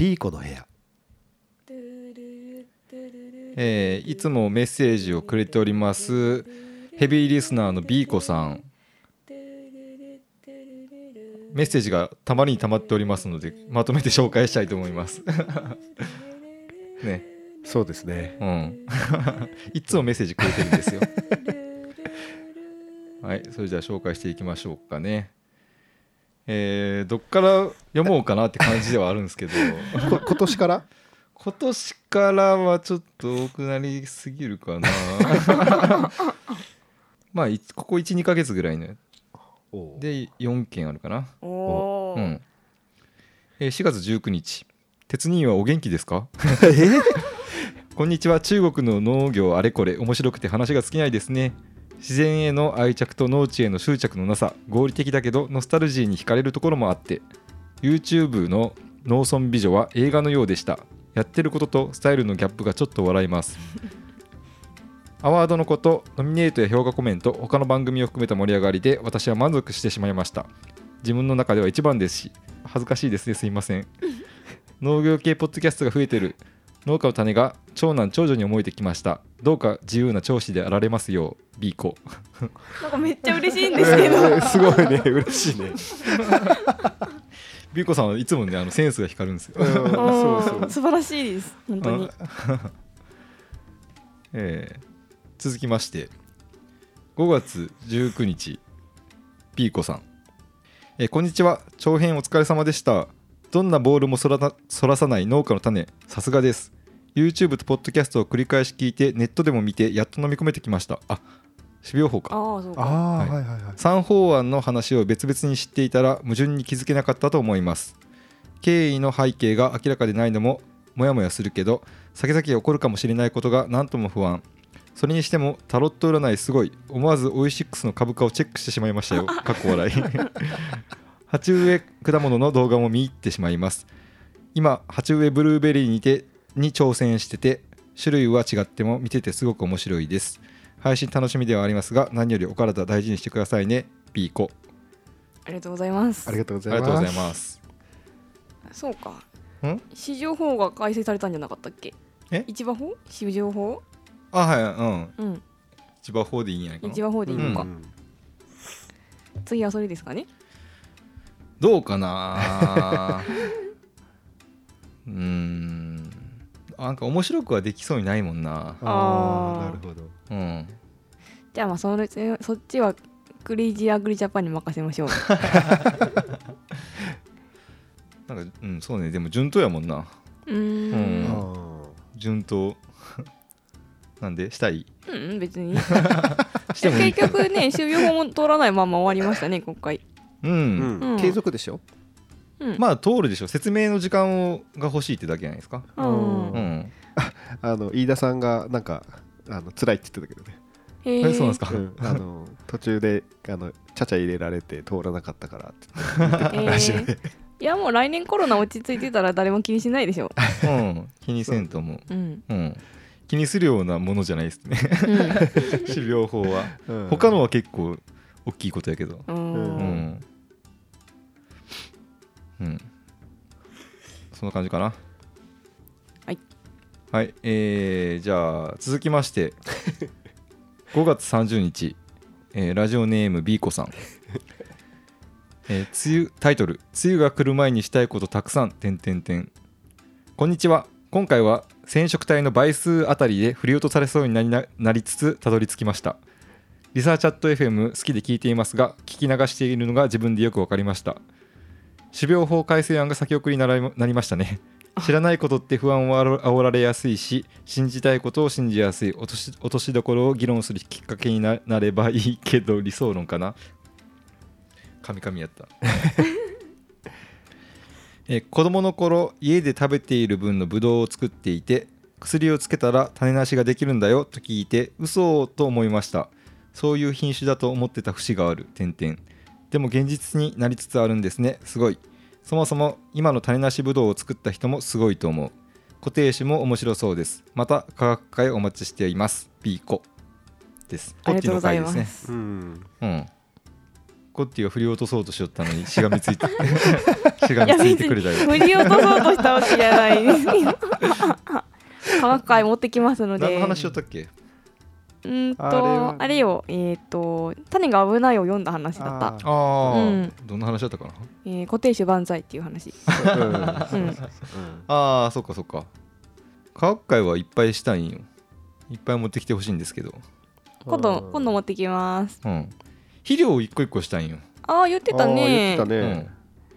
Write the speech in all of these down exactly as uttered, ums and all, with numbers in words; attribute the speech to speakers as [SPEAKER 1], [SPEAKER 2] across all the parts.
[SPEAKER 1] B 子の部屋。
[SPEAKER 2] えー、いつもメッセージをくれておりますヘビーリスナーの B 子さん、メッセージがたまりにたまっておりますのでまとめて紹介したいと思いますね、
[SPEAKER 1] そうですね、
[SPEAKER 2] うん、いつもメッセージくれてるんですよはい、それじゃあ紹介していきましょうかね。えー、どっから読もうかなって感じではあるんですけど
[SPEAKER 1] こ今年から
[SPEAKER 2] 今年からはちょっと多くなりすぎるかなまあここ いち,に ヶ月ぐらいのでよんけんあるかな。
[SPEAKER 3] お、
[SPEAKER 2] うんえー、しがつじゅうくにち、鉄人はお元気ですかこんにちは。中国の農業あれこれ面白くて話が尽きないですね。自然への愛着と農地への執着のなさ、合理的だけどノスタルジーに惹かれるところもあって、 YouTube の農村美女は映画のようでした。やってることとスタイルのギャップがちょっと笑いますアワードのこと、ノミネートや評価コメント、他の番組を含めた盛り上がりで私は満足してしまいました。自分の中では一番ですし、恥ずかしいですね、すいません農業系ポッドキャストが増えてる。農家の種が長男長女に思えてきました。どうか自由な長子であられますよう B 子
[SPEAKER 3] なんかめっちゃ嬉しいんですけど、
[SPEAKER 1] えー、すごいね、嬉しいね
[SPEAKER 2] B 子さんはいつもね、あのセンスが光るんですよ
[SPEAKER 1] うんそうそう、
[SPEAKER 3] 素晴らしいです本当に
[SPEAKER 2] えー、続きましてごがつじゅうくにち、 B 子さん、えー、こんにちは。長編お疲れ様でした。どんなボールもそらなそらさない農家の種、さすがです。 YouTube とポッドキャストを繰り返し聞いて、ネットでも見てやっと飲み込めてきました。あ、種苗法か。
[SPEAKER 3] ああそうか、
[SPEAKER 1] ああ、
[SPEAKER 2] はい
[SPEAKER 1] はいはいはい。
[SPEAKER 2] 三法案の話を別々に知っていたら矛盾に気づけなかったと思います。経緯の背景が明らかでないのもモヤモヤするけど、先々起こるかもしれないことが何とも不安。それにしてもタロット占いすごい。思わずオイシックスの株価をチェックしてしまいましたよ。かっこ笑い鉢植え果物の動画も見入ってしまいます。今鉢植えブルーベリーにてに挑戦してて、種類は違っても見ててすごく面白いです。配信楽しみではありますが、何よりお体大事にしてくださいね。 B 子。
[SPEAKER 3] ありがとうございます。
[SPEAKER 1] ありがとうご
[SPEAKER 2] ありがとうござい
[SPEAKER 1] す。
[SPEAKER 2] ます。
[SPEAKER 3] そうか、
[SPEAKER 2] ん
[SPEAKER 3] 市場法が改正されたんじゃなかったっけ。
[SPEAKER 2] え
[SPEAKER 3] 市場法、市場法、
[SPEAKER 2] あ、はい、うん。
[SPEAKER 3] うん、
[SPEAKER 2] 千葉法でいいんやないかな。
[SPEAKER 3] 市場法でいいのか、
[SPEAKER 1] うん
[SPEAKER 3] 次はそれですかね。
[SPEAKER 2] どうかなうーん、なんか面白くはできそうにないもんな。
[SPEAKER 1] ああ、
[SPEAKER 3] あー
[SPEAKER 1] なるほど。
[SPEAKER 2] うん
[SPEAKER 3] じゃあまあそれそっちはクレイジーアグリジャパンに任せましょう
[SPEAKER 2] なんか、うん、そうね。でも順当やもんな。
[SPEAKER 3] うーん、
[SPEAKER 2] う
[SPEAKER 3] うん
[SPEAKER 1] あ
[SPEAKER 2] 順当なんでしたい
[SPEAKER 3] うん、別に
[SPEAKER 2] してもいいか
[SPEAKER 3] 結局ね、種苗法も通らないまま終わりましたね今回。
[SPEAKER 2] うん、
[SPEAKER 1] ーうん
[SPEAKER 3] うん
[SPEAKER 1] 継続でしょ。
[SPEAKER 3] うん、
[SPEAKER 2] まあ通るでしょ。説明の時間をが欲しいってだけじゃないですか。
[SPEAKER 3] うん
[SPEAKER 2] う、ん
[SPEAKER 1] あの飯田さんがなんかあの辛いって言ってたけどね。
[SPEAKER 3] へ
[SPEAKER 2] え、そうなんですか。
[SPEAKER 1] うんあの途中であのちゃちゃ入れられて通らなかったからって言ってたらしいね。
[SPEAKER 3] いやもう来年コロナ落ち着いてたら誰も気にしないでしょ。
[SPEAKER 2] うん気にせんと思う。
[SPEAKER 3] うん、
[SPEAKER 2] うん気にするようなものじゃないですね
[SPEAKER 3] うん
[SPEAKER 2] 種苗法は。
[SPEAKER 1] うん
[SPEAKER 2] 他のは結構大きいことやけど。
[SPEAKER 3] う
[SPEAKER 2] うんんうんそんな感じかな。
[SPEAKER 3] はい
[SPEAKER 2] はい、えー、じゃあ続きましてごがつさんじゅうにち、えーラジオネーム B 子さん、えー、梅雨タイトル、梅雨が来る前にしたいことたくさん点点点。こんにちは。今回は染色体の倍数あたりで振り落とされそうになりな、なりつつたどり着きました。リサーチャット エフエム 好きで聞いていますが、聞き流しているのが自分でよく分かりました。種苗法改正案が先送りにならなりましたね。知らないことって不安を煽られやすいし、信じたいことを信じやすい。落とし、落としどころを議論するきっかけに な, なればいいけど理想論かな。神々やったえ子供の頃家で食べている分のブドウを作っていて、薬をつけたら種なしができるんだよと聞いて嘘と思いました。そういう品種だと思ってた節がある。点々でも現実になりつつあるんですね。すごい。そもそも今の種なしブドウを作った人もすごいと思う。固定種も面白そうです。また科学会お待ちしています。 B 子です。
[SPEAKER 3] ありがとうございます。
[SPEAKER 2] こっちの回ですね。
[SPEAKER 1] うん
[SPEAKER 2] うんコッティが振り落とそうとしよったのにしがみついてしがみついてくれたよ。
[SPEAKER 3] 振り落とそうとしたわけじゃないですけど科学会持ってきますので。
[SPEAKER 2] 何の話しよったっけ？
[SPEAKER 3] うーんと
[SPEAKER 1] あれは
[SPEAKER 3] あれよえっ、と種が危ないを読んだ話だった。
[SPEAKER 1] あ
[SPEAKER 2] ああ、
[SPEAKER 3] うん
[SPEAKER 2] どんな話だったかな。
[SPEAKER 3] えー、固定種万歳っていう話。
[SPEAKER 1] ーうん
[SPEAKER 3] うん
[SPEAKER 2] ああそっかそっか。科学会はいっぱいしたいんよ。いっぱい持ってきてほしいんですけど、
[SPEAKER 3] 今度今度持ってきます。
[SPEAKER 2] うん、肥料を一個一個したいんよ。
[SPEAKER 3] ああ言ってた
[SPEAKER 1] あー言
[SPEAKER 3] ね
[SPEAKER 1] ってた
[SPEAKER 2] うん
[SPEAKER 1] ね、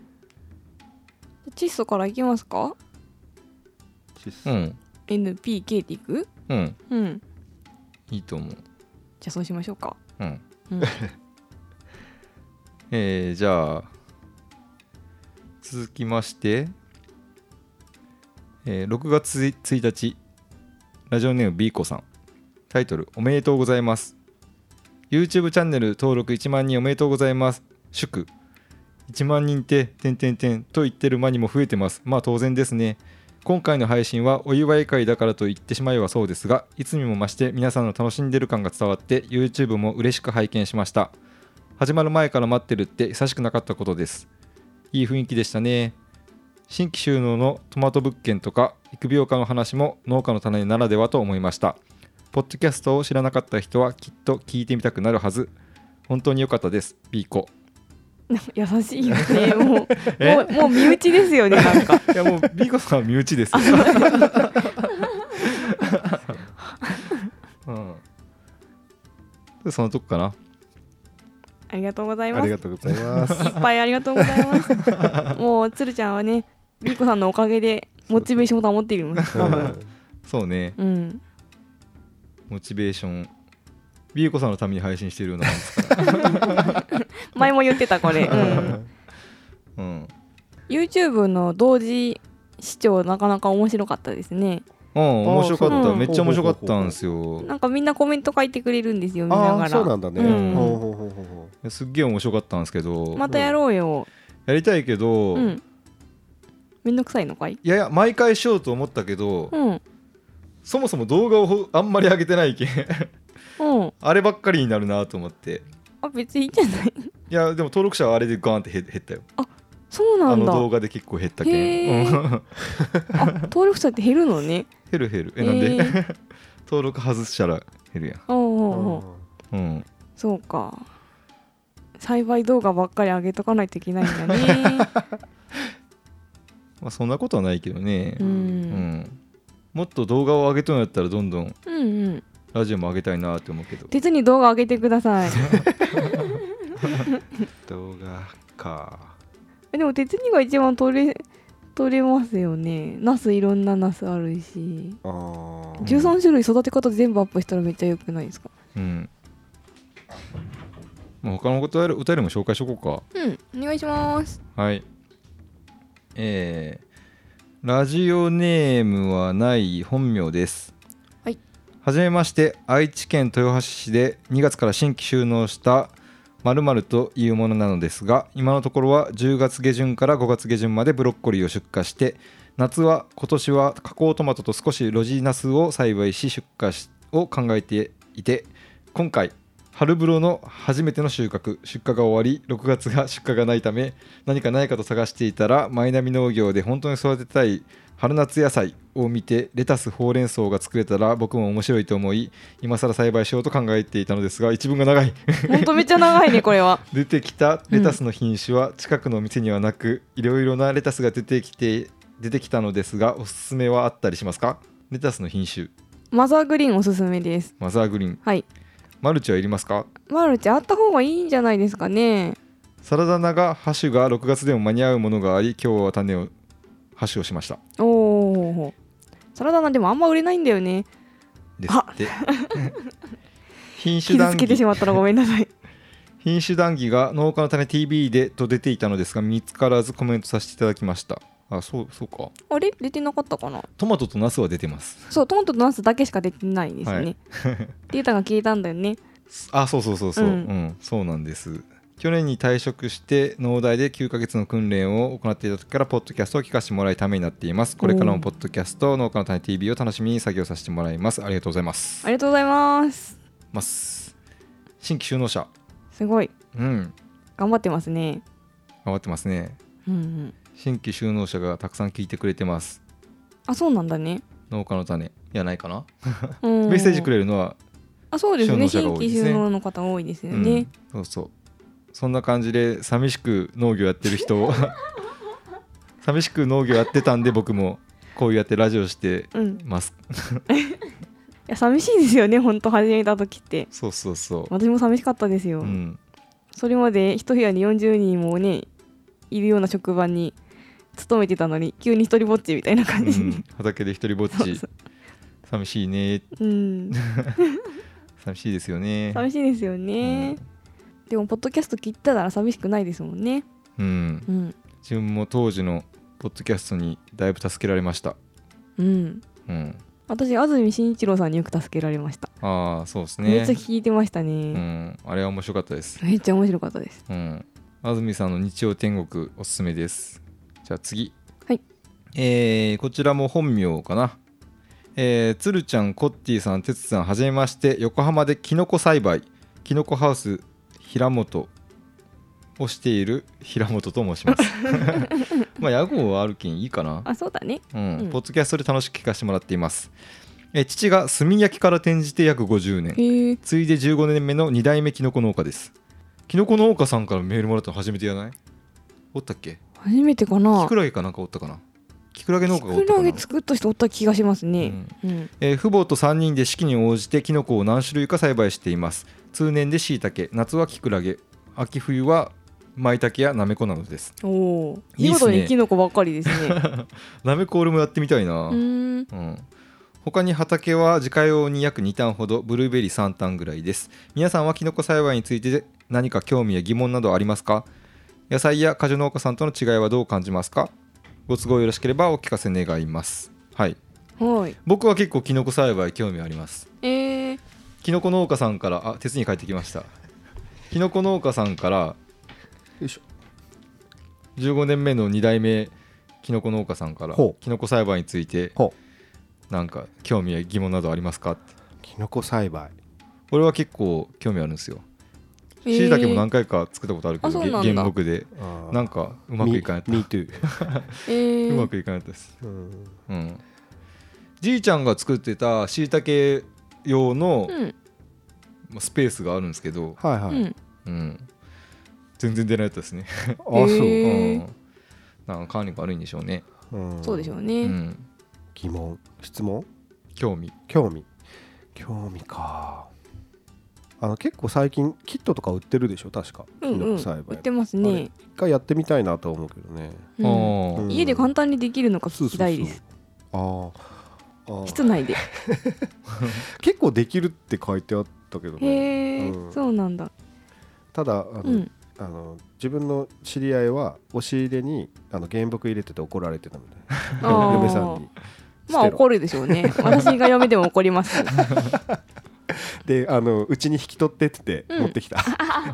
[SPEAKER 3] 窒素からいきますか？
[SPEAKER 1] 窒素
[SPEAKER 2] うん
[SPEAKER 3] エヌピーケー っていく？
[SPEAKER 2] うん
[SPEAKER 3] うん
[SPEAKER 2] いいと思う。
[SPEAKER 3] じゃあそうしましょうか。
[SPEAKER 2] うん
[SPEAKER 3] うん
[SPEAKER 2] えー、じゃあ続きまして、えー、ろくがつついたちラジオネーム B 子さん、タイトルおめでとうございます。 YouTube チャンネル登録いちまんにんおめでとうございます。祝いちまんにんって点点点と言ってる間にも増えてます。まあ当然ですね。今回の配信はお祝い会だからと言ってしまえばそうですが、いつにも増して皆さんの楽しんでる感が伝わって YouTube も嬉しく拝見しました。始まる前から待ってるって久しくなかったことです。いい雰囲気でしたね。新規収納のトマト物件とか育苗家の話も農家の種ならではと思いました。ポッドキャストを知らなかった人はきっと聞いてみたくなるはず。本当に良かったです。 B 子。
[SPEAKER 3] 優しいよね。もう
[SPEAKER 2] え
[SPEAKER 3] もうもう身内ですよねなんか。
[SPEAKER 2] いやもう B 子さんは身内ですよ、うん、でそのとこかな。
[SPEAKER 3] ありがとうございます。いっ
[SPEAKER 1] ありがとうございます
[SPEAKER 3] ぱいありがとうございます。もうつるちゃんはね、ビーコさんのおかげでモチベーションを保っているます。多分。
[SPEAKER 2] そうね、
[SPEAKER 3] うん。
[SPEAKER 2] モチベーション B 子さんのために配信してるようなもんですから
[SPEAKER 3] 前も言ってたこれ。うん。
[SPEAKER 2] うん、
[SPEAKER 3] YouTube の同時視聴なかなか面白かったですね。
[SPEAKER 2] うん、面白かった、
[SPEAKER 3] うん
[SPEAKER 2] めっちゃ面白かったんですよ。
[SPEAKER 3] なんかみんなコメント書いてくれるんですよ見なが
[SPEAKER 1] ああ
[SPEAKER 3] ら。
[SPEAKER 1] そうなんだね、
[SPEAKER 3] うん
[SPEAKER 1] ほうほうほうほうほ
[SPEAKER 2] すっげえ面白かったんですけど、
[SPEAKER 3] またやろうよ。
[SPEAKER 2] やりたいけど、い
[SPEAKER 3] うん。めんどくさいのかい？
[SPEAKER 2] やいや毎回しようと思ったけど、
[SPEAKER 3] うん。
[SPEAKER 2] そもそも動画をあんまり上げてないけん
[SPEAKER 3] うん。
[SPEAKER 2] あればっかりになるなと思って。
[SPEAKER 3] あ別にいいんじゃない？
[SPEAKER 2] いやでも登録者はあれでガーンって減減ったよ。
[SPEAKER 3] そうなんだ。
[SPEAKER 2] あの動画で結構減ったけ
[SPEAKER 3] へ
[SPEAKER 2] ん、うん
[SPEAKER 3] あ登録者って減るのね。
[SPEAKER 2] 減る減る。えなんで、
[SPEAKER 3] へー
[SPEAKER 2] 登録外したら減るやん。
[SPEAKER 3] おうおうおう
[SPEAKER 2] うん、
[SPEAKER 3] そうか。栽培動画ばっかり上げとかないといけないんだね。
[SPEAKER 2] まあそんなことはないけどね、
[SPEAKER 3] う
[SPEAKER 2] うん
[SPEAKER 3] ん。
[SPEAKER 2] もっと動画を上げとんやったらどんどん
[SPEAKER 3] うんうん。
[SPEAKER 2] ラジオも上げたいなって思うけど。
[SPEAKER 3] 鉄に動画上げてください。
[SPEAKER 1] 動画か
[SPEAKER 3] でも鉄にが一番取れ取れますよね。ナスいろんなナスあるし。
[SPEAKER 1] あー
[SPEAKER 3] じゅうさん種類育て方全部アップしたらめっちゃ良くないですか？
[SPEAKER 2] うん。もう他のことやる歌よりも紹介しとこうか。
[SPEAKER 3] うん。お願いします。
[SPEAKER 2] はい。えー、ラジオネームはない本名です。
[SPEAKER 3] はい。
[SPEAKER 2] はじめまして、愛知県豊橋市でにがつから新規収納した〇〇というものなのですが、今のところはじゅうがつ下旬からごがつ下旬までブロッコリーを出荷して、夏は今年は加工トマトと少し露地ナスを栽培し出荷しを考えていて、今回春風呂の初めての収穫出荷が終わりろくがつが出荷がないため何かないかと探していたら、マイナビ農業で本当に育てたい春夏野菜を見て、レタスほうれん草が作れたら僕も面白いと思い、今更栽培しようと考えていたのですが、一文が長い
[SPEAKER 3] ほんとめっちゃ長いねこれは。
[SPEAKER 2] 出てきたレタスの品種は近くの店にはなく、いろいろなレタスが出てきて出てきたのですが、おすすめはあったりしますか？レタスの品種。
[SPEAKER 3] マザーグリーンおすすめです。
[SPEAKER 2] マザーグリーン。
[SPEAKER 3] はい。
[SPEAKER 2] マルチはいりますか？
[SPEAKER 3] マルチあった方がいいんじゃないですかね。
[SPEAKER 2] サラダナがハッシュがろくがつでも間に合うものがあり、今日は種をハッシュをしました。
[SPEAKER 3] おお。サラダナでもあんま売れないんだよね。
[SPEAKER 2] ですって品種
[SPEAKER 3] 傷
[SPEAKER 2] 談義
[SPEAKER 3] つけてしまったらごめんなさい。
[SPEAKER 2] 品種談義が農家の種 ティービー でと出ていたのですが、見つからずコメントさせていただきました。あ、そうそうか。
[SPEAKER 3] あれ出てなかったかな。
[SPEAKER 2] トマトとナスは出てます。
[SPEAKER 3] そうトマトとナスだけしか出てないんですよね。
[SPEAKER 2] はい
[SPEAKER 3] データが消えたんだよね。
[SPEAKER 2] あ、そうそうそうそう、う
[SPEAKER 3] うんん
[SPEAKER 2] そうなんです。去年に退職して農大できゅうかげつの訓練を行っていた時からポッドキャストを聞かせてもらいためになっています。これからもポッドキャスト農家の種 ティービー を楽しみに作業させてもらいます。ありがとうございます
[SPEAKER 3] ありがとうございます。
[SPEAKER 2] ます新規就農者、
[SPEAKER 3] すごい。
[SPEAKER 2] うん、
[SPEAKER 3] 頑張ってますね。
[SPEAKER 2] 頑張ってますね。
[SPEAKER 3] うんうん。
[SPEAKER 2] 新規就農者がたくさん聞いてくれてます。
[SPEAKER 3] あ、そうなんだね。
[SPEAKER 2] 農家の種やないかな。
[SPEAKER 3] うん
[SPEAKER 2] メッセージくれるのは
[SPEAKER 3] あ、そうですね。
[SPEAKER 2] 就農者
[SPEAKER 3] 新規
[SPEAKER 2] が多いですね
[SPEAKER 3] 就農の方多いですよ
[SPEAKER 2] うん
[SPEAKER 3] ね。
[SPEAKER 2] そうそう。そんな感じで寂しく農業やってる人寂しく農業やってたんで僕もこうやってラジオして
[SPEAKER 3] うん。い
[SPEAKER 2] ます。
[SPEAKER 3] や寂しいですよね。本当始めた時って。
[SPEAKER 2] そうそうそ
[SPEAKER 3] 私も寂しかったですよ。
[SPEAKER 2] う。うん。
[SPEAKER 3] それまで一部屋によんじゅうにんもねいるような職場に勤めてたのに急に一人ぼっちみたいな
[SPEAKER 2] う
[SPEAKER 3] 感じに、
[SPEAKER 2] ん、畑で一人ぼっち
[SPEAKER 3] そうそう
[SPEAKER 2] 寂しいね。
[SPEAKER 3] うん、
[SPEAKER 2] 寂しいですよね。
[SPEAKER 3] 寂しいですよね、でもポッドキャスト聞いたら寂しくないですもんね。
[SPEAKER 2] うん
[SPEAKER 3] う。ん
[SPEAKER 2] 自分も当時のポッドキャストにだいぶ助けられました。
[SPEAKER 3] うん
[SPEAKER 2] うん。
[SPEAKER 3] 私安住紳一郎さんによく助けられました、
[SPEAKER 2] ああそうですね。
[SPEAKER 3] めっちゃ聞いてました
[SPEAKER 2] う
[SPEAKER 3] ね、
[SPEAKER 2] ん。あれは面白かったです。
[SPEAKER 3] めっちゃ面白かったです。
[SPEAKER 2] うん。安住さんの日曜天国おすすめです。じゃあ次。
[SPEAKER 3] はい。
[SPEAKER 2] えーこちらも本名かな。えー、つるちゃん、コッティさん、てつさん、はじめまして。横浜でキノコ栽培、キノコハウス平本をしている平本と申します。まあ屋号はあるけんいいかな。
[SPEAKER 3] あ、そうだね。
[SPEAKER 2] うん。
[SPEAKER 3] うん
[SPEAKER 2] ポッドキャストで楽しく聞かせてもらっています。えー父が炭焼きから転じて約ごじゅうねん。
[SPEAKER 3] へえ。
[SPEAKER 2] ついでじゅうごねんめのに代目キノコ農家です。キノコ農家さんからメールもらったの初めてやない？おったっけ？
[SPEAKER 3] 初めてかな。
[SPEAKER 2] キクラゲかなんかおったかな。キクラゲ農家がおっ
[SPEAKER 3] キク
[SPEAKER 2] たかな。
[SPEAKER 3] ラゲ作った人おった気がしますね。うん。
[SPEAKER 2] えー父母とさんにんで四季に応じてキノコを何種類か栽培しています。通年で椎茸、夏はキクラゲ、秋冬は舞茸やなめこなどです。
[SPEAKER 3] おお。
[SPEAKER 2] いいっすね
[SPEAKER 3] 見事にキノコばっかりですね。
[SPEAKER 2] なめこ俺もやってみたいな。
[SPEAKER 3] うーん。
[SPEAKER 2] うん、他に畑は自家用に約に単ほど、ブルーベリーさん単ぐらいです。皆さんはキノコ栽培について何か興味や疑問などありますか？野菜や果樹農家さんとの違いはどう感じますか？ご都合よろしければお聞かせ願います。はい。
[SPEAKER 3] はい。
[SPEAKER 2] 僕は結構キノコ栽培興味あります。
[SPEAKER 3] えー。
[SPEAKER 2] キノコ農家さんからあ鉄に帰ってきました。キノコ農家さんから
[SPEAKER 1] よいしょ。
[SPEAKER 2] じゅうごねんめのに代目キノコ農家さんから
[SPEAKER 1] ほう
[SPEAKER 2] キノコ栽培について
[SPEAKER 1] ほ
[SPEAKER 2] なんか興味や疑問などありますかって。
[SPEAKER 1] キノコ栽培。
[SPEAKER 2] 俺は結構興味あるんですよ。
[SPEAKER 3] えー
[SPEAKER 2] 椎茸も何回か作ったことあるけど、
[SPEAKER 3] あそうなんだ
[SPEAKER 2] 原木で
[SPEAKER 1] あー
[SPEAKER 2] なんかうまくいかなかった。
[SPEAKER 1] Me, me too
[SPEAKER 3] えー。
[SPEAKER 2] うまくいかなかったです。
[SPEAKER 1] うん
[SPEAKER 2] うん。じいちゃんが作ってた椎茸用の
[SPEAKER 3] うん。
[SPEAKER 2] まあスペースがあるんですけど、
[SPEAKER 1] はいはい、
[SPEAKER 3] うん。
[SPEAKER 2] うん、全然出ないやったですね。
[SPEAKER 1] あそう、
[SPEAKER 3] へー
[SPEAKER 2] うん、なんか管理が悪いんでしょうね。
[SPEAKER 1] うん
[SPEAKER 3] そうでしょう
[SPEAKER 2] う
[SPEAKER 3] ね。
[SPEAKER 2] ん、
[SPEAKER 1] 疑問質問
[SPEAKER 2] 興味。
[SPEAKER 1] 興味興味か。あの結構最近キットとか売ってるでしょ確か、
[SPEAKER 3] うんうん。
[SPEAKER 1] キノコ栽培
[SPEAKER 3] 売ってます
[SPEAKER 1] あれ
[SPEAKER 3] ね。
[SPEAKER 1] 一回やってみたいなと思うけどね。
[SPEAKER 3] うん
[SPEAKER 2] あー
[SPEAKER 1] うん
[SPEAKER 3] 家で簡単にできるのか聞きたいです。
[SPEAKER 1] あーあー
[SPEAKER 3] 室内で。
[SPEAKER 1] 結構できるって書いてあったけどね。
[SPEAKER 3] へえ、
[SPEAKER 1] うん
[SPEAKER 3] そうなんだ。
[SPEAKER 1] ただあの、
[SPEAKER 3] うん。
[SPEAKER 1] あの自分の知り合いは押し入れにあの原木入れてて怒られてたみたいな。
[SPEAKER 3] あー
[SPEAKER 1] 嫁さんに
[SPEAKER 3] まあ怒るでしょうね。私が嫁でも怒ります。
[SPEAKER 1] であのうちに引き取ってって言って
[SPEAKER 3] うん
[SPEAKER 1] 持ってきた、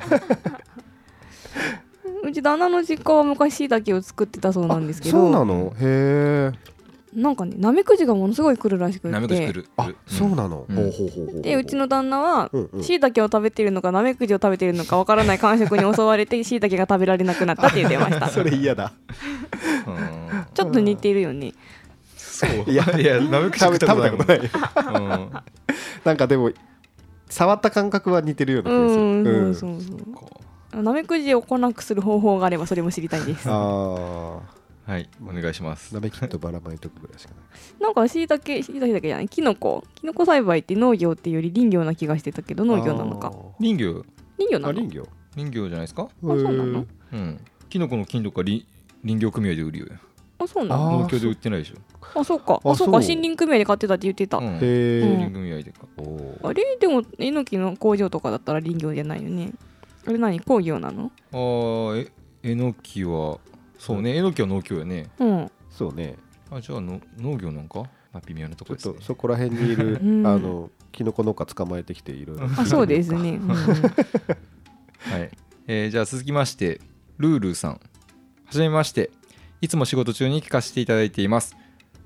[SPEAKER 3] うち旦那の実家は昔椎茸を作ってたそうなんですけど、
[SPEAKER 1] そうなのへえ。
[SPEAKER 3] なんかねナメクジがものすごい来るらしく
[SPEAKER 2] なめくじ来
[SPEAKER 3] て、
[SPEAKER 2] る。
[SPEAKER 1] あ
[SPEAKER 2] 来る
[SPEAKER 1] そうなの、
[SPEAKER 2] うん
[SPEAKER 1] ほうほうほうほう。
[SPEAKER 3] でうちの旦那は
[SPEAKER 1] うんうん
[SPEAKER 3] 椎茸を食べてるのかナメクジを食べてるのかわからない感触に襲われて椎茸が食べられなくなったって言ってました。
[SPEAKER 1] それ嫌だ。
[SPEAKER 2] うん
[SPEAKER 3] ちょっと似ているよね。
[SPEAKER 2] そう
[SPEAKER 1] いや
[SPEAKER 2] いやなめくじ
[SPEAKER 1] 食べ食べたことない。
[SPEAKER 2] うん
[SPEAKER 1] なんかでも触った感覚は似てるような気がする。
[SPEAKER 3] うん、
[SPEAKER 1] うん
[SPEAKER 3] そうそうそ
[SPEAKER 2] こ
[SPEAKER 3] う。ナメクジを来なくする方法があればそれも知りたいです。
[SPEAKER 1] あ
[SPEAKER 2] うはいお願いします
[SPEAKER 1] あ、。鍋キットばらまいとくぐらいしかない。
[SPEAKER 3] なんか椎茸椎茸だけじゃないキノコキノコ栽培って農業っていうより林業な気がしてたけど農業なのか。
[SPEAKER 2] 林業
[SPEAKER 3] 林業なの？
[SPEAKER 1] あーあ林業。
[SPEAKER 2] 林業じゃないですか。
[SPEAKER 3] そうなの
[SPEAKER 1] へー
[SPEAKER 2] うん。キノコの金とか林林業組合で売るよ。
[SPEAKER 3] あ、そうな
[SPEAKER 1] あ
[SPEAKER 3] の？
[SPEAKER 1] ー
[SPEAKER 2] 農協で売ってないでしょ。
[SPEAKER 3] あ、そうか。
[SPEAKER 1] あ
[SPEAKER 3] あ、そうか。
[SPEAKER 1] そう
[SPEAKER 3] 森林組合で買ってたって言ってた。
[SPEAKER 2] うん。
[SPEAKER 1] へえ、
[SPEAKER 3] うん
[SPEAKER 2] 森林組合でか。
[SPEAKER 1] おー
[SPEAKER 3] あれでもえのきの工場とかだったら林業じゃないよね。あれ何工業なの？
[SPEAKER 2] あーええのきはそうねえのきは農協やね。
[SPEAKER 3] うん。
[SPEAKER 1] そうね。
[SPEAKER 2] あじゃあの農業なんか。まあ微妙なと
[SPEAKER 1] ちょっ
[SPEAKER 2] こですね
[SPEAKER 1] と。そこら辺にいる
[SPEAKER 3] うん
[SPEAKER 1] あのキノコ農家捕まえてきていろいろ。
[SPEAKER 3] あ、そうですね。うんうん
[SPEAKER 2] はい、えーじゃあ続きましてルールーさんはじめましていつも仕事中に聞かせていただいています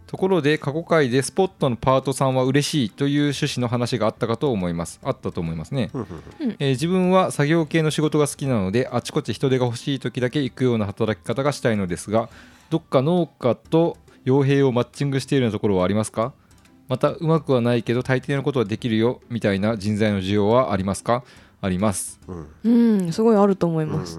[SPEAKER 2] ところで過去回でスポットのパートさんは嬉しいという趣旨の話があったかと思いますあったと思いますね、えー、自分は作業系の仕事が好きなのであちこち人手が欲しい時だけ行くような働き方がしたいのですが、どっか農家と傭兵をマッチングしているようなところはありますか？またうまくはないけど大抵のことはできるよみたいな人材の需要はありますか？あります。
[SPEAKER 3] うん、うん、すごいあると思います、
[SPEAKER 2] うん、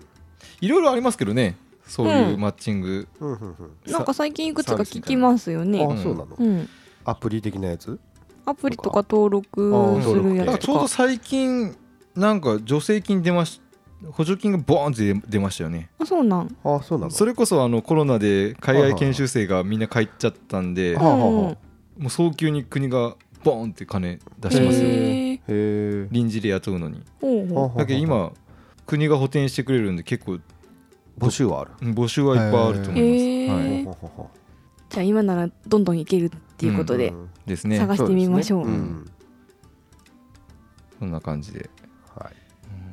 [SPEAKER 2] いろいろありますけどね、そういうマッチング、
[SPEAKER 1] うんうんうん、
[SPEAKER 3] なんか最近いくつか聞きますよね。
[SPEAKER 1] あ、そうなの、うん、アプリ的なやつ、
[SPEAKER 3] アプリとか登録するやつとか、
[SPEAKER 2] ちょうど最近なんか助成金出まし補助金がボーンって出ましたよね。
[SPEAKER 3] あ、そうなん。
[SPEAKER 1] あ、そうなの。
[SPEAKER 2] それこそあのコロナで海外研修生がみんな帰っちゃったんで、はあはあ、もう早急に国がボーンって金出しますよ。へー、臨時で雇うのに。ほうほう、だけど今国が補填してくれるんで結構
[SPEAKER 1] 募集はある。
[SPEAKER 2] 募集はいっぱいあると思います。はい、
[SPEAKER 3] じゃあ今ならどんどんいけるっていうことで、うん、ですね、探してみましょう。うん、
[SPEAKER 2] そんな感じで、はい、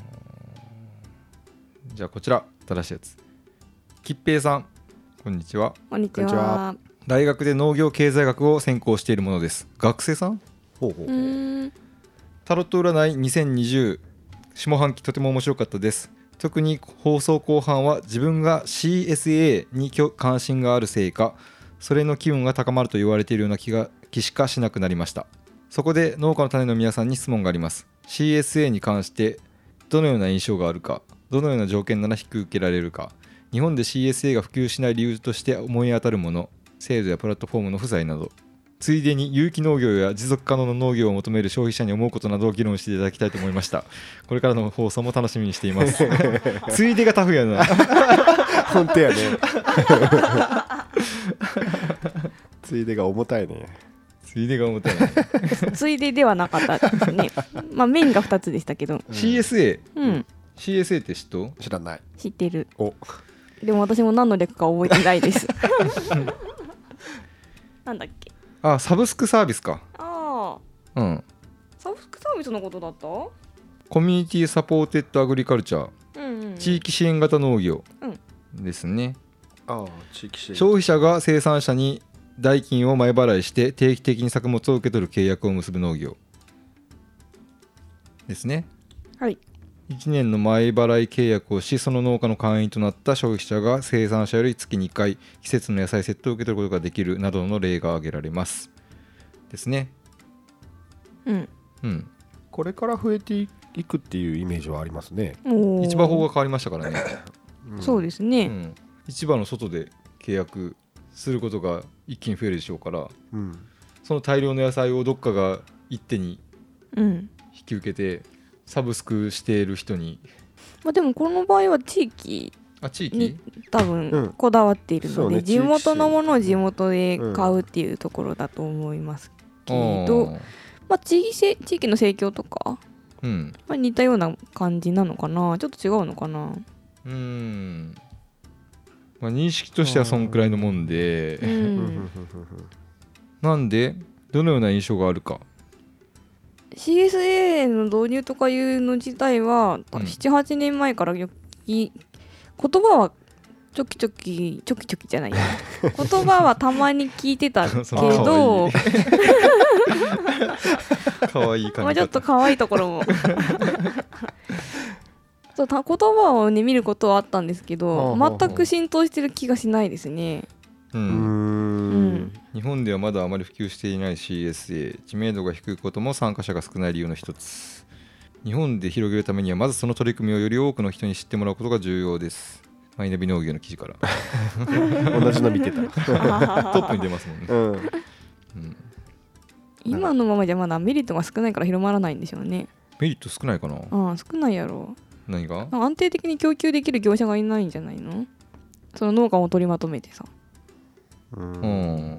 [SPEAKER 2] じゃあこちら新しいやつ。きっぺいさん、こんにちは。
[SPEAKER 3] こんにちは。
[SPEAKER 2] 大学で農業経済学を専攻しているものです。学生さん？ほうほうほう。タロット占いにせんにじゅう下半期とても面白かったです。特に放送後半は自分が シーエスエー に関心があるせいか、それの気分が高まると言われているような気が気しかしなくなりました。そこで農家の種の皆さんに質問があります。 シーエスエー に関してどのような印象があるか、どのような条件なら引き受けられるか、日本で シーエスエー が普及しない理由として思い当たるもの、制度やプラットフォームの不在など、ついでに有機農業や持続可能な農業を求める消費者に思うことなどを議論していただきたいと思いました。これからの放送も楽しみにしています。ついでがタフやな。
[SPEAKER 1] 本当やね。ついでが重たいね。
[SPEAKER 2] ついでが重たいね。
[SPEAKER 3] ついでではなかったですね。まあメインがふたつでしたけど、
[SPEAKER 2] うん、シーエスエー、
[SPEAKER 3] うん、
[SPEAKER 2] シーエスエー って知っと？
[SPEAKER 1] 知らない。
[SPEAKER 3] 知ってる。
[SPEAKER 1] お、
[SPEAKER 3] でも私も何の略か覚えてないです。なんだっけ。
[SPEAKER 2] あ、サブスクサービスか。
[SPEAKER 3] あ
[SPEAKER 2] あ、うん。
[SPEAKER 3] サブスクサービスのことだった？コ
[SPEAKER 2] ミュニティサポーテッドアグリカルチャー、うんうんうん、地域支援型農業ですね。
[SPEAKER 1] うん、あ、地域支援。
[SPEAKER 2] 消費者が生産者に代金を前払いして定期的に作物を受け取る契約を結ぶ農業ですね。
[SPEAKER 3] はい。
[SPEAKER 2] いちねんの前払い契約をし、その農家の会員となった消費者が生産者より月にかい季節の野菜セットを受け取ることができるなどの例が挙げられますですね。
[SPEAKER 3] うん、
[SPEAKER 2] うん、
[SPEAKER 1] これから増えていくっていうイメージはありますね。
[SPEAKER 2] 市場法が変わりましたからね。
[SPEAKER 3] うん、そうですね、うん、
[SPEAKER 2] 市場の外で契約することが一気に増えるでしょうから、うん、その大量の野菜をどっかが一手に引き受けてサブスクしている人に、
[SPEAKER 3] まあ、でもこの場合は地域に多分こだわっているので、うんね、地元のものを地元で買うっていうところだと思いますけど、うん、まあ、地域せ、地域の盛況とか、うん、まあ、似たような感じなのかな、ちょっと違うのかな。
[SPEAKER 2] うーん、まあ、認識としてはそんくらいのもんで、うん、なんでどのような印象があるか。
[SPEAKER 3] シーエスエー の導入とかいうの自体は、うん、ななはちねんまえからよき言葉はちょきちょきちょきちょきじゃない言葉はたまに聞いてたけど
[SPEAKER 2] かわいい感じ、
[SPEAKER 3] まあちょっとかわいいところもそう、言葉を、ね、見ることはあったんですけど、全く浸透してる気がしないですね。
[SPEAKER 2] うん、うん、日本ではまだあまり普及していない シーエスエー、 知名度が低いことも参加者が少ない理由の一つ。日本で広げるためにはまずその取り組みをより多くの人に知ってもらうことが重要です。マイナビ農業の記事から
[SPEAKER 1] 同じの見てた。
[SPEAKER 2] トップに出ますもんね、うんうん、
[SPEAKER 3] 今のままじゃまだメリットが少ないから広まらないんでしょうね。
[SPEAKER 2] メリット少ないかな。
[SPEAKER 3] ああ、少ないやろ。
[SPEAKER 2] 何が？
[SPEAKER 3] 安定的に供給できる業者がいないんじゃないの？その農家を取りまとめてさ。うん、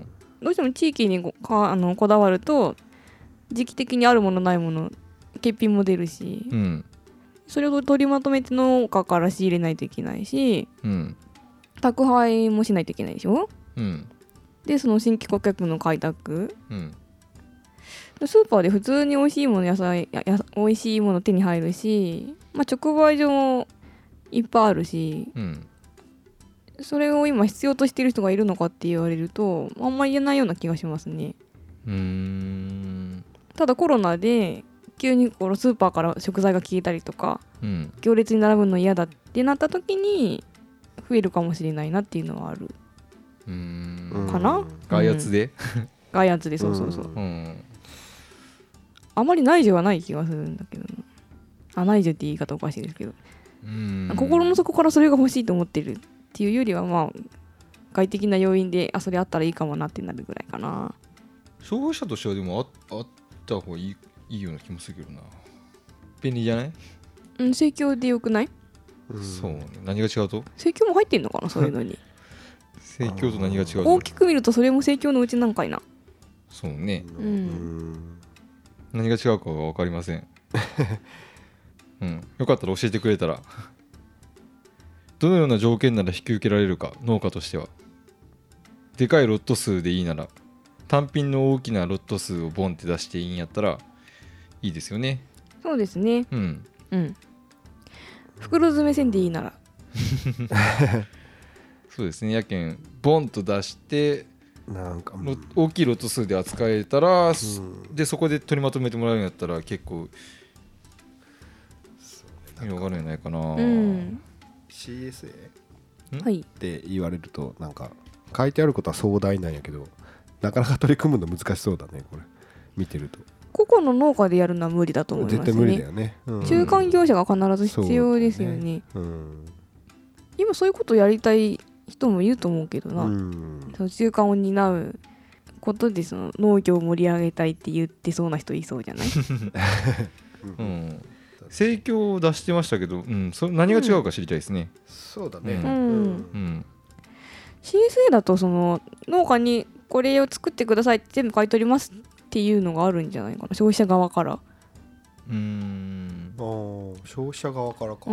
[SPEAKER 3] どうしても地域に こ, かあのこだわると時期的にあるものないもの欠品も出るし、うん、それを取りまとめて農家から仕入れないといけないし、うん、宅配もしないといけないでしょ、うん、でその新規顧客の開拓、うん、スーパーで普通に美味しいもの野菜やや美味しいもの手に入るし、まあ、直売所もいっぱいあるし、うん、 それを今必要としている人がいるのかって言われるとあんまり言えないような気がしますね。
[SPEAKER 2] うーん
[SPEAKER 3] ただコロナで急にこのスーパーから食材が消えたりとか、
[SPEAKER 2] うん、
[SPEAKER 3] 行列に並ぶの嫌だってなった時に増えるかもしれないなっていうのはある
[SPEAKER 2] うーん
[SPEAKER 3] かな。
[SPEAKER 2] 外圧で、
[SPEAKER 3] 外圧でそうそうそう、
[SPEAKER 2] うん、
[SPEAKER 3] あまり内需はない気がするんだけどな。あ、内需って言い方おかしいですけど、
[SPEAKER 2] うん
[SPEAKER 3] 心の底からそれが欲しいと思ってるっていうよりはまあ外的な要因であそれあったらいいかもなってなるぐらいかな。
[SPEAKER 2] 消費者としてはでも あ, あった方がいい、いいような気もするけどな。便利じゃない？
[SPEAKER 3] うん、生協でよくない？
[SPEAKER 1] うん
[SPEAKER 2] そうね。何が違うと？
[SPEAKER 3] 生協も入ってんのかなそういうのに
[SPEAKER 2] 生協と何が違うと？
[SPEAKER 3] 大きく見るとそれも生協のうちなんかいな。
[SPEAKER 2] そうね。
[SPEAKER 3] うん、
[SPEAKER 2] 何が違うかが分かりません、うん、よかったら教えてくれたら。どのような条件なら引き受けられるか、農家としては。でかいロット数でいいなら、単品の大きなロット数をボンって出していいんやったらいいですよね。
[SPEAKER 3] そうですね。
[SPEAKER 2] うん
[SPEAKER 3] うん袋詰めせんでいいなら
[SPEAKER 2] そうですね。やけんボンと出して
[SPEAKER 1] なんか、
[SPEAKER 2] ロ大きいロット数で扱えたら、
[SPEAKER 1] うん、
[SPEAKER 2] でそこで取りまとめてもらえるんやったら結構広がるんじゃないかな、
[SPEAKER 3] うん、
[SPEAKER 1] シーエスエー
[SPEAKER 3] はい
[SPEAKER 1] って言われるとなんか書いてあることは壮大なんやけどなかなか取り組むの難しそうだねこれ見てると。
[SPEAKER 3] 個々の農家でやるのは無理だと思いますね。
[SPEAKER 1] 絶対無理だよね、うん、
[SPEAKER 3] 中間業者が必ず必要ですよ ね, ね、
[SPEAKER 1] うん、
[SPEAKER 3] 今そういうことやりたい人もいると思うけどな、
[SPEAKER 1] うん、
[SPEAKER 3] その中間を担うことでその農業を盛り上げたいって言ってそうな人いそうじゃない、
[SPEAKER 2] うん、生協を出してましたけど、うん、それ何が違うか知りたいですね、
[SPEAKER 1] うん、そうだね、
[SPEAKER 3] うん
[SPEAKER 1] うん
[SPEAKER 2] うん、
[SPEAKER 3] シーエスエー だとその農家にこれを作ってくださいって全部買い取りますっていうのがあるんじゃないかな、消費者側から。
[SPEAKER 2] うーん、
[SPEAKER 1] あ消費者側からか、
[SPEAKER 3] うん、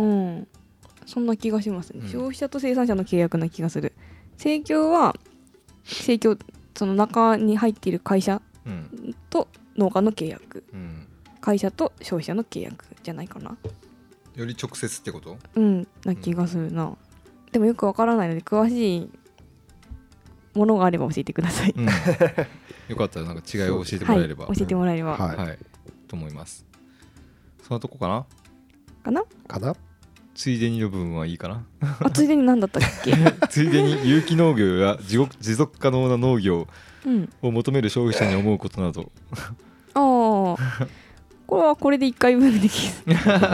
[SPEAKER 3] そんな気がしますね、うん、消費者と生産者の契約な気がする。生協は生協その中に入っている会社と農家の契約、うん、会社と消費者の契約じゃないかな。
[SPEAKER 2] より直接ってこと？
[SPEAKER 3] うんな気がするな、うん、でもよくわからないので詳しいものがあれば教えてください、うん、
[SPEAKER 2] よかったらなんか違いを教えてもらえれば、
[SPEAKER 3] はい、教えてもらえれば、
[SPEAKER 2] はい、はい、と思います。そのとこかな
[SPEAKER 3] かな
[SPEAKER 1] かな
[SPEAKER 2] ついでにの部分はいいかな
[SPEAKER 3] あついでに何だったっけ
[SPEAKER 2] ついでに有機農業や持続、持続可能な農業を求める消費者に思うことなど、うん、
[SPEAKER 3] ああこれはこれでいっかいぶんできる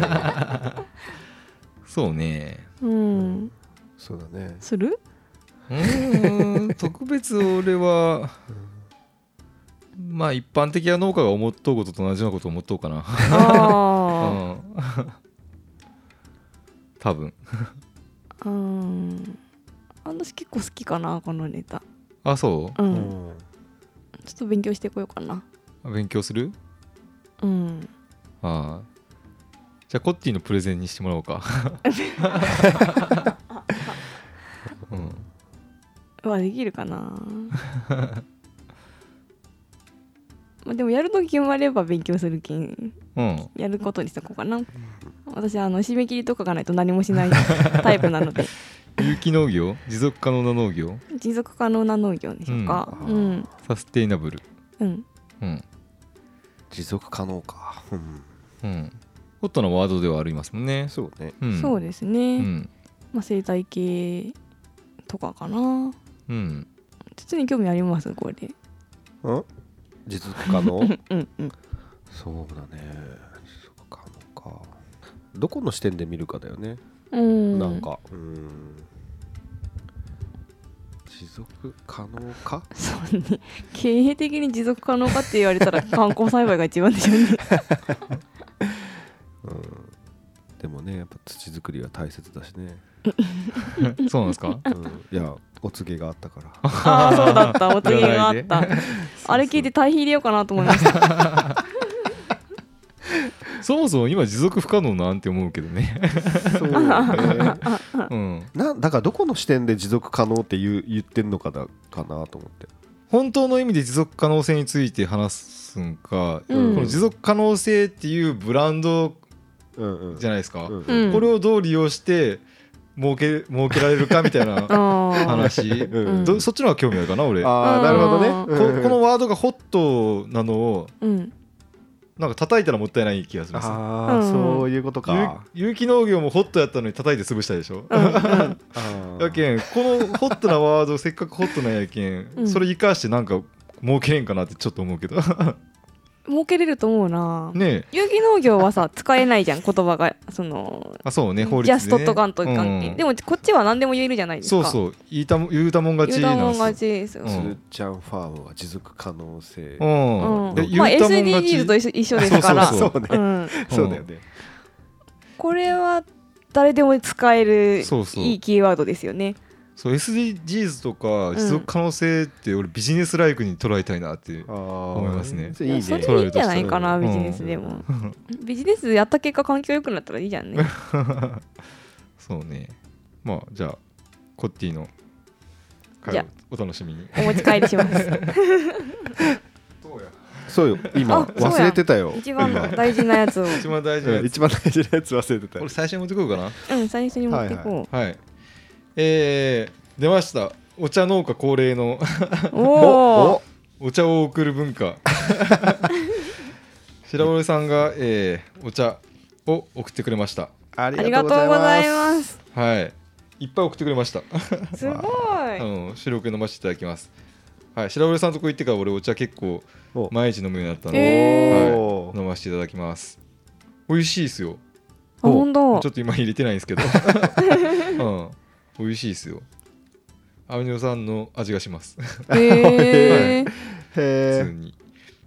[SPEAKER 2] そうね、
[SPEAKER 3] うん、
[SPEAKER 1] そうだね。
[SPEAKER 3] する
[SPEAKER 2] うーん特別俺は、うん、まあ一般的な農家が思っとうことと同じようなことを思っとうかなあ、うん、多分
[SPEAKER 3] うん私結構好きかなこのネタ。
[SPEAKER 2] あそう、
[SPEAKER 3] うん、ちょっと勉強してこようかな。
[SPEAKER 2] 勉強する？
[SPEAKER 3] うん
[SPEAKER 2] ああじゃあコッティのプレゼンにしてもらおうかうん
[SPEAKER 3] はできるかなまあでもやるとき決まれば勉強するけん、うん、やることにしとこうかな。私あの締め切りとかがないと何もしないタイプなので
[SPEAKER 2] 有機農業持続可能な農業
[SPEAKER 3] 持続可能な農業でしょうか、うんうん、
[SPEAKER 2] サステイナブル、
[SPEAKER 3] うん
[SPEAKER 2] うん、
[SPEAKER 1] 持続可能か、うん
[SPEAKER 2] うん、ホットなワードではありますもんね。
[SPEAKER 1] そうね、
[SPEAKER 3] うん、そうですね、うん、まあ、生態系とかかな。うん。実に興味ありますこれ。
[SPEAKER 1] ん？持続可能？
[SPEAKER 3] うんうん。
[SPEAKER 1] そうだね。持続可能か。どこの視点で見るかだよね。
[SPEAKER 3] うん。
[SPEAKER 1] なんか、うん。持続可能か？
[SPEAKER 3] そうね。経営的に持続可能かって言われたら観光栽培が一番でしょうね。
[SPEAKER 1] うん。でもね、やっぱ土作りは大切だしね。
[SPEAKER 2] そうなんですか？
[SPEAKER 1] うん、いやお告げがあったから。
[SPEAKER 3] ああそうだったお告げがあった。あれ聞いて堆肥入れようかなと思いました。
[SPEAKER 2] そもそも今持続不可能なんて思うけどね。
[SPEAKER 1] そうね、うん、なだからどこの視点で持続可能って言う言ってんのかだかなと思って。
[SPEAKER 2] 本当の意味で持続可能性について話すんか、うん、この持続可能性っていうブランドじゃないですか、うんうん、これをどう利用して儲け儲けられるかみたいな話、
[SPEAKER 1] うん、
[SPEAKER 2] どそっちの方が興味あるかな俺。
[SPEAKER 1] ああなるほどね、
[SPEAKER 2] こ, このワードがホットなのを、
[SPEAKER 3] うん、
[SPEAKER 2] なんか叩いたらもったいない気がするんですよ。
[SPEAKER 1] ああ、うん、そういうことか。
[SPEAKER 2] 有機農業もホットやったのに叩いて潰したでしょ、うんうん、やけんこのホットなワードせっかくホットなんやけん、うん、それ生かしてなんか儲けれんかなってちょっと思うけど
[SPEAKER 3] 儲けれると思うな。
[SPEAKER 2] ね、
[SPEAKER 3] 有機農業はさ使えないじゃん言葉がその
[SPEAKER 2] あそうね法律でね
[SPEAKER 3] ジャストとかんといかんって、うん、でもこっちは何でも言えるじゃないですか。
[SPEAKER 2] そうそう言うたも言うたもん勝ちなんですよ。
[SPEAKER 3] 言うたもん勝ちですよ。
[SPEAKER 1] つるちゃんファームは持続可能性、
[SPEAKER 2] うん
[SPEAKER 3] うん、まあ エスディージーズ と一緒ですから。
[SPEAKER 1] そうそうそう、うん、そうだよね。
[SPEAKER 3] これは誰でも使える
[SPEAKER 2] そうそう
[SPEAKER 3] いいキーワードですよね。
[SPEAKER 2] そう エスディージーズ とか持続可能性って俺ビジネスライクに捉えたいなって思いますね。
[SPEAKER 3] いいね、それでいいんじゃないかな、ビジネスでも、うん、ビジネスやった結果環境良くなったらいいじゃんね
[SPEAKER 2] そうね。まあじゃあコッティの会をお楽しみに
[SPEAKER 3] お持ち帰りします
[SPEAKER 1] そうよ今忘れてたよ。
[SPEAKER 3] 一番大事なやつを
[SPEAKER 2] 一番大事なやつ
[SPEAKER 1] 一番大事なやつ忘れてたよ。
[SPEAKER 2] これ最初に持ってこようかな。
[SPEAKER 3] うん最初に持ってこう。
[SPEAKER 2] はい、はい、えー、出ましたお茶農家恒例の
[SPEAKER 3] お
[SPEAKER 2] お茶を送る文化白森さんが、えー、お茶を送ってくれました。
[SPEAKER 3] ありがとうございます。
[SPEAKER 2] はい、いっぱい送ってくれました
[SPEAKER 3] すごい
[SPEAKER 2] うん、白く飲ませていただきます。はい、白森さんのとこ行ってから俺お茶結構毎日飲むようになったので、はい、飲ませていただきます。美味しいですよ。
[SPEAKER 3] あ、ほんと
[SPEAKER 2] ちょっと今入れてないんですけど、うん、美味しいですよ。アミノ酸の味がします
[SPEAKER 3] へー、
[SPEAKER 2] はい、普通に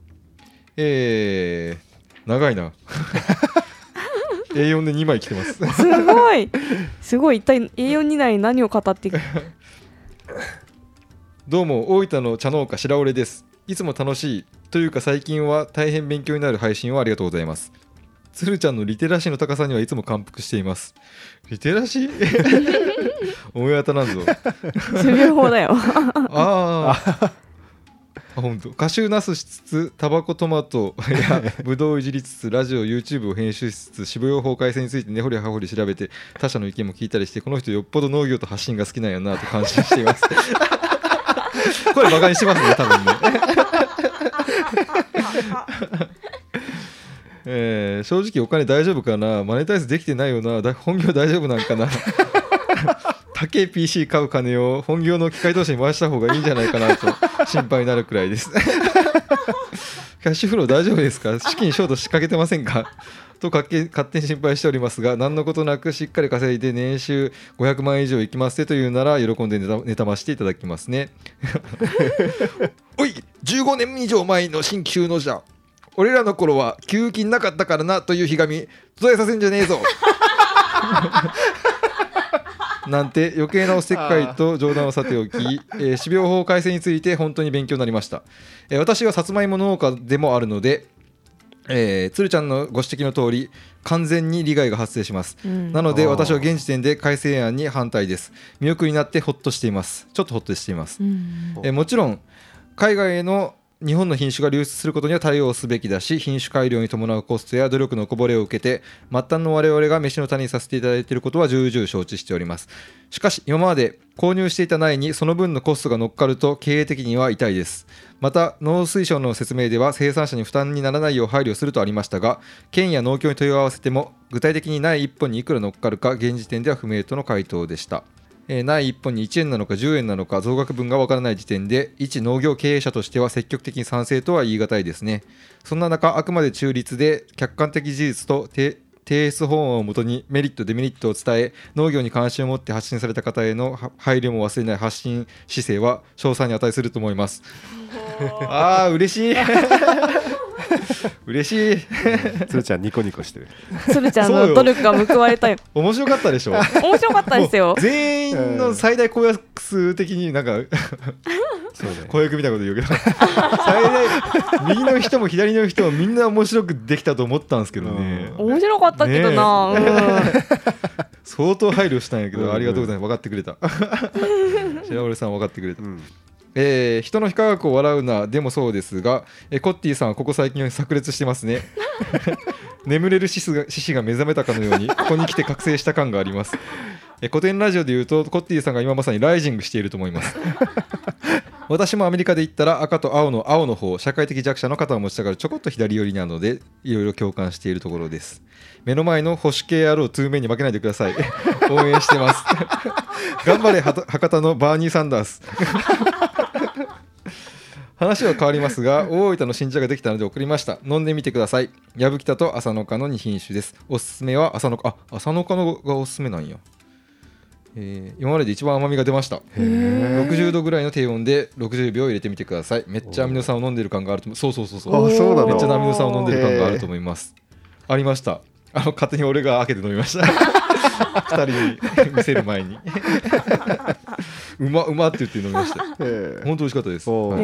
[SPEAKER 2] えー、長いなエーよん でにまい来てます
[SPEAKER 3] すごいすごい。一体 エーよん にない何を語っていく
[SPEAKER 2] どうも大分の茶農家白折です。いつも楽しいというか最近は大変勉強になる配信をありがとうございます。つるちゃんのリテラシーの高さにはいつも感服しています。リテラシー思い当たらんぞ
[SPEAKER 3] 終了法だよ
[SPEAKER 2] ああ本当。カシューナスしつつタバコトマトやブドウをいじりつつラジオ YouTube を編集しつつ渋谷法改正について根掘り葉掘り調べて他者の意見も聞いたりして、この人よっぽど農業と発信が好きなんやなと感心していますこれバカにしてますね多分ねえー、正直お金大丈夫かな、マネタイズできてないよな、だ本業大丈夫なんかな高い ピーシー 買う金を本業の機械投資に回した方がいいんじゃないかなと心配になるくらいですキャッシュフロー大丈夫ですか、資金ショート仕掛けてませんかと勝手に心配しておりますが、何のことなくしっかり稼いで年収ごひゃくまん以上いきますというなら喜んでネタましていただきますねおいじゅうごねん以上前の新規就農者、俺らの頃は給付金なかったからなというひがみ途絶えさせんじゃねえぞなんて余計なおせっかいと冗談をさておき、えー、種苗法改正について本当に勉強になりました。えー、私はさつまいも農家でもあるので、えー、つるちゃんのご指摘の通り完全に利害が発生します、うん、なので私は現時点で改正案に反対です。見送りになってほっとしています。ちょっとほっとしています、うん、えー、もちろん海外への日本の品種が流出することには対応すべきだし、品種改良に伴うコストや努力のこぼれを受けて末端の我々が飯の種にさせていただいていることは重々承知しております。しかし今まで購入していた苗にその分のコストが乗っかると経営的には痛いです。また農水省の説明では生産者に負担にならないよう配慮するとありましたが、県や農協に問い合わせても具体的に苗いっぽんにいくら乗っかるか現時点では不明との回答でした。えー、苗いっぽんにいちえんなのかじゅうえんなのか増額分がわからない時点で一農業経営者としては積極的に賛成とは言い難いですね。そんな中あくまで中立で客観的事実と提出法案をもとにメリットデメリットを伝え農業に関心を持って発信された方への配慮も忘れない発信姿勢は称賛に値すると思います。あー嬉しい嬉しい
[SPEAKER 1] つるちゃんニコニコしてる。
[SPEAKER 3] つるちゃんの努力が報われたよ
[SPEAKER 2] 面白かったでしょ面
[SPEAKER 3] 白かったですよ。
[SPEAKER 2] 全員の最大公約数的になんかそうね、公約みたいなこと言うけど最大右の人も左の人もみんな面白くできたと思ったんですけどね。
[SPEAKER 3] 面白かったけどな、ね、うん、
[SPEAKER 2] 相当配慮したんやけど、うんうん、ありがとうございます。分かってくれた白森さん分かってくれた、うん、えー、人の非科学を笑うなでもそうですが、えー、コッティさんはここ最近炸裂してますね眠れる獅子が、獅子が目覚めたかのようにここに来て覚醒した感があります。 え古典ラジオでいうとコッティさんが今まさにライジングしていると思います私もアメリカで行ったら赤と青の青の方、社会的弱者の肩を持ちたがるちょこっと左寄りなのでいろいろ共感しているところです。目の前の保守系野郎ツーメンに負けないでください応援してます頑張れは博多のバーニー・サンダース話は変わりますが大分の新茶ができたので送りました。飲んでみてください。やぶきたと朝の花のに品種です。おすすめは朝のあ朝の花のがおすすめなんや。えー、今までで一番甘みが出ました。ろくじゅうどぐらいの低温でろくじゅうびょう入れてみてください。めっちゃアミノ酸を飲んでる感があると思う。そうそうそうそう。
[SPEAKER 1] あ、そうなの。
[SPEAKER 2] めっちゃアミノ酸を飲んでる感があると思います。ありました。あの勝手に俺が開けて飲みましたふたりに見せる前にうまうまって言って飲みました。本当美味しかったです。はい、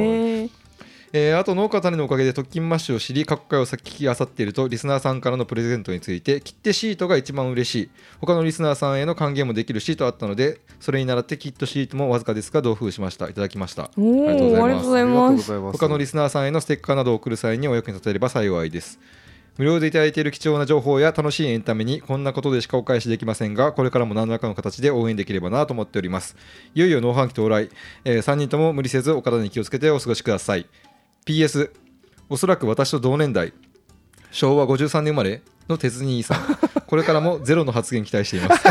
[SPEAKER 2] えー、あと農家種のおかげで特勤マッシュを知り各回を先聞きあさっているとリスナーさんからのプレゼントについて切手シートが一番嬉しい、他のリスナーさんへの還元もできるシートあったのでそれに倣ってキットシートもわずかですが同封しました。いただきました。ありがとうございます。他のリスナーさんへのステッカーなどを送る際にお役に立てれば幸いです。無料でいただいている貴重な情報や楽しいエンタメにこんなことでしかお返しできませんが、これからも何らかの形で応援できればなと思っております。いよいよ農飯期到来、えー、さんにんとも無理せずお体に気をつけてお過ごしください。 ピーエス おそらく私と同年代、しょうわごじゅうさんねん生まれの鉄兄さんこれからもゼロの発言期待しています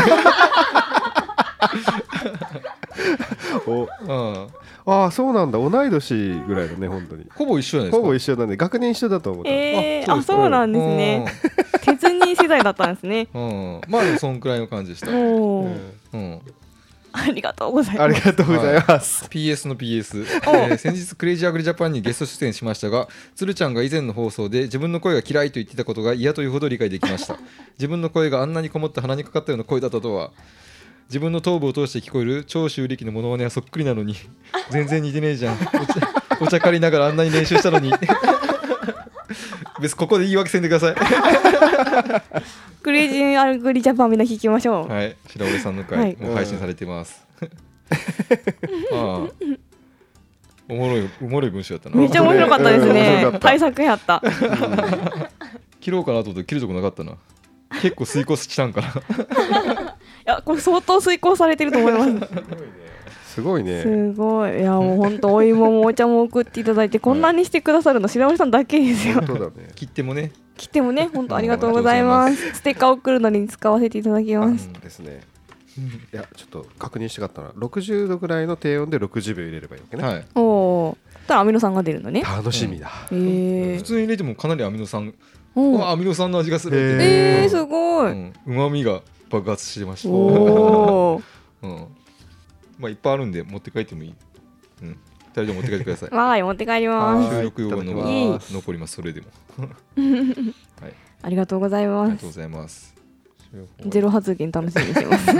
[SPEAKER 1] おああ、そうなんだ。同い年ぐらいだね。本当に
[SPEAKER 2] ほぼ一緒じゃないですか。
[SPEAKER 1] ほぼ一緒だね。学年一緒だと思った。
[SPEAKER 3] えー、あ、そうなんですね。鉄人世代だったんですね。
[SPEAKER 2] うん、まあでもそんくらいの感じでした。
[SPEAKER 3] お、
[SPEAKER 2] うん、
[SPEAKER 3] ありがとうございます。
[SPEAKER 1] ありがとうございます、
[SPEAKER 2] はい、ピーエス の ピーエス、えー、先日クレイジーアグリジャパンにゲスト出演しましたが、鶴ちゃんが以前の放送で自分の声が嫌いと言ってたことが嫌というほど理解できました自分の声があんなにこもって鼻にかかったような声だったとは。自分の頭部を通して聞こえる長州力のモノマネはそっくりなのに全然似てねえじゃん。お茶、お茶借りながらあんなに練習したのに別にここで言い訳せんでください
[SPEAKER 3] クレイジーアグリジャパンみんな聞きましょう。
[SPEAKER 2] はい、白俺さんの回、はい、もう配信されてますああ、おもろいおもろい文章だったな。
[SPEAKER 3] めっちゃ面白かったですね。対策やった
[SPEAKER 2] 切ろうかなと思って切るとこなかったな。結構遂行したんかない
[SPEAKER 3] や、これ相当遂行されてると思います
[SPEAKER 1] すごいね。
[SPEAKER 3] すごい。いや、もう本当お芋もお茶も送っていただいてこんなにしてくださるの白森さんだけですよ。
[SPEAKER 1] 本当だね。
[SPEAKER 2] 切ってもね
[SPEAKER 3] 切ってもね、本当ありがとうございます。ステッカー送るのに使わせていただきます。
[SPEAKER 1] ですね。いや、ちょっと確認したかったな。ろくじゅうどぐらいの低温でろくじゅうびょう入れればいいわけね。はい、お
[SPEAKER 3] お。たらアミノ酸が出るのね。
[SPEAKER 1] 楽しみだ。
[SPEAKER 3] うん、えー、
[SPEAKER 2] 普通に入れてもかなりアミノ酸、アミノ酸の味がする。
[SPEAKER 3] えー、すごい。
[SPEAKER 2] うまみが爆発してました。
[SPEAKER 3] おー、
[SPEAKER 2] うん、まあいっぱいあるんで持って帰ってもいい。うん、ふたりで持って帰ってください。
[SPEAKER 3] わーい、持って帰ります。
[SPEAKER 2] 収録用のが残ります。それでも
[SPEAKER 3] はい、ありがとうございます。
[SPEAKER 2] ありがとうございます。
[SPEAKER 3] ゼロ発言楽しみにしてます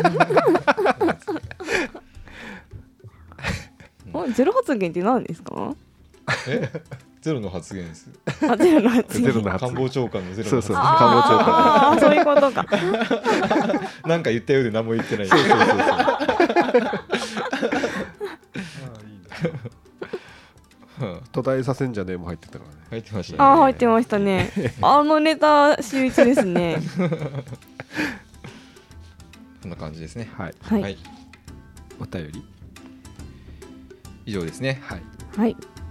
[SPEAKER 3] お、ゼロ発言って何ですか？
[SPEAKER 2] えゼロの発言です。
[SPEAKER 3] あ、ゼロの発言。
[SPEAKER 2] 官房長官のゼロの発言。
[SPEAKER 1] そうそう、官房長官。
[SPEAKER 3] ああ、そういうことか。
[SPEAKER 2] なんか言ったようで何も言ってない。そうそうそうそう。
[SPEAKER 1] 途絶えさせんじゃねえも入ってたからね。
[SPEAKER 2] 入ってましたね。
[SPEAKER 3] ああ、入ってましたね。あのネタ秀逸ですね。
[SPEAKER 2] こんな感じですね。
[SPEAKER 1] はい。
[SPEAKER 3] はい。
[SPEAKER 1] お便り
[SPEAKER 2] 以上ですね。
[SPEAKER 1] はい。
[SPEAKER 3] はい。